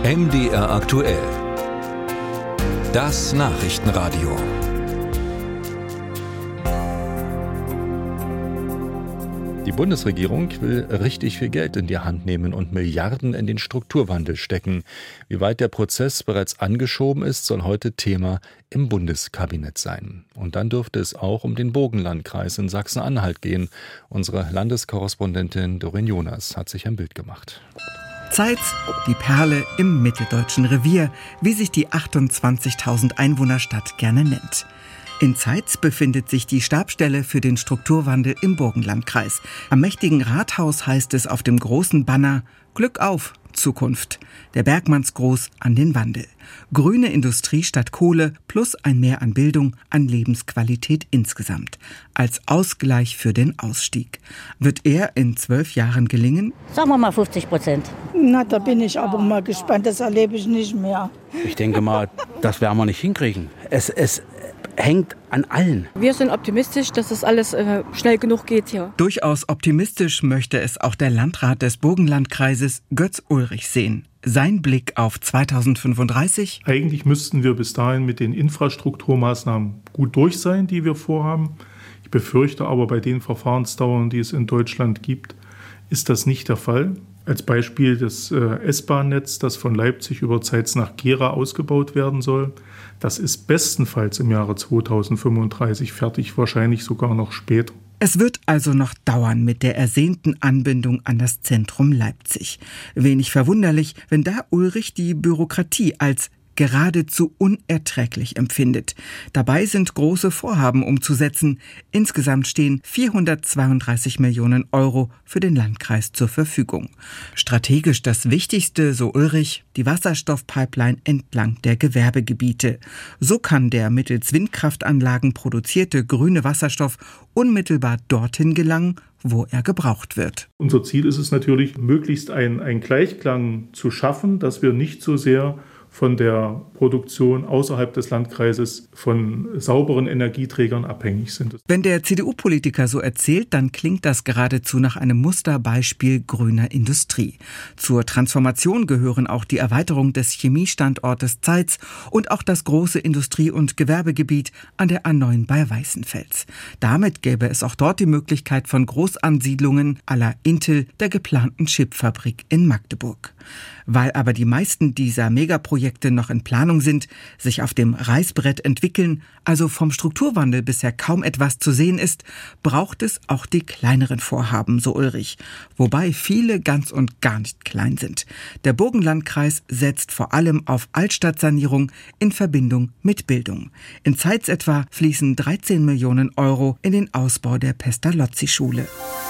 MDR aktuell. Das Nachrichtenradio. Die Bundesregierung will richtig viel Geld in die Hand nehmen und Milliarden in den Strukturwandel stecken. Wie weit der Prozess bereits angeschoben ist, soll heute Thema im Bundeskabinett sein. Und dann dürfte es auch um den Burgenlandkreis in Sachsen-Anhalt gehen. Unsere Landeskorrespondentin Doreen Jonas hat sich ein Bild gemacht. Zeitz, die Perle im mitteldeutschen Revier, wie sich die 28.000 Einwohnerstadt gerne nennt. In Zeitz befindet sich die Stabsstelle für den Strukturwandel im Burgenlandkreis. Am mächtigen Rathaus heißt es auf dem großen Banner: Glück auf, Zukunft. Der Bergmannsgruß an den Wandel. Grüne Industrie statt Kohle plus ein Mehr an Bildung, an Lebensqualität insgesamt. Als Ausgleich für den Ausstieg. Wird er in 12 Jahren gelingen? Sagen wir mal 50%. Na, da bin ich aber mal gespannt. Das erlebe ich nicht mehr. Ich denke mal, das werden wir nicht hinkriegen. Es hängt an allen. Wir sind optimistisch, dass es alles schnell genug geht hier. Durchaus optimistisch möchte es auch der Landrat des Burgenlandkreises Götz Ulrich sehen. Sein Blick auf 2035? Eigentlich müssten wir bis dahin mit den Infrastrukturmaßnahmen gut durch sein, die wir vorhaben. Ich befürchte aber, bei den Verfahrensdauern, die es in Deutschland gibt, ist das nicht der Fall. Als Beispiel das S-Bahn-Netz, das von Leipzig über Zeitz nach Gera ausgebaut werden soll. Das ist bestenfalls im Jahre 2035 fertig, wahrscheinlich sogar noch später. Es wird also noch dauern mit der ersehnten Anbindung an das Zentrum Leipzig. Wenig verwunderlich, wenn da Ulrich die Bürokratie als geradezu unerträglich empfindet. Dabei sind große Vorhaben umzusetzen. Insgesamt stehen 432 Millionen Euro für den Landkreis zur Verfügung. Strategisch das Wichtigste, so Ulrich, die Wasserstoffpipeline entlang der Gewerbegebiete. So kann der mittels Windkraftanlagen produzierte grüne Wasserstoff unmittelbar dorthin gelangen, wo er gebraucht wird. Unser Ziel ist es natürlich, möglichst einen Gleichklang zu schaffen, dass wir nicht so sehr von der Produktion außerhalb des Landkreises von sauberen Energieträgern abhängig sind. Wenn der CDU-Politiker so erzählt, dann klingt das geradezu nach einem Musterbeispiel grüner Industrie. Zur Transformation gehören auch die Erweiterung des Chemiestandortes Zeitz und auch das große Industrie- und Gewerbegebiet an der A9 bei Weißenfels. Damit gäbe es auch dort die Möglichkeit von Großansiedlungen à la Intel, der geplanten Chipfabrik in Magdeburg. Weil aber die meisten dieser Megaprojekte noch in Planung sind, sich auf dem Reißbrett entwickeln, also vom Strukturwandel bisher kaum etwas zu sehen ist, braucht es auch die kleineren Vorhaben, so Ulrich. Wobei viele ganz und gar nicht klein sind. Der Burgenlandkreis setzt vor allem auf Altstadtsanierung in Verbindung mit Bildung. In Zeitz etwa fließen 13 Millionen Euro in den Ausbau der Pestalozzi-Schule.